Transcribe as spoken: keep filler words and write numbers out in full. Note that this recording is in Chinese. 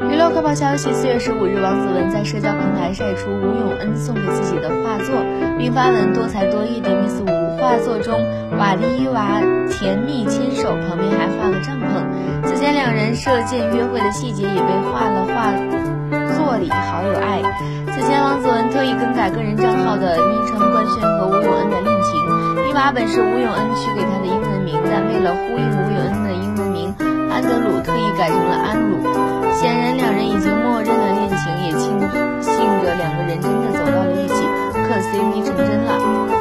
娱乐快报消息，四月十五日，王子文在社交平台晒出吴永恩送给自己的画作，并发文多才多艺的 Miss 吴。画作中，瓦力伊娃甜蜜牵手，旁边还画了帐篷。此前两人射箭约会的细节也被画了画作里，好有爱。此前王子文特意更改个人账号的昵称，官宣和吴永恩的恋情。伊娃本是吴永恩取给他的英文名，但为了呼应吴永恩的英文名安德鲁，特意改成了安鲁。显然两人已经默认了恋情，也庆幸着两个人真的走到了一起，可 C P 成真了。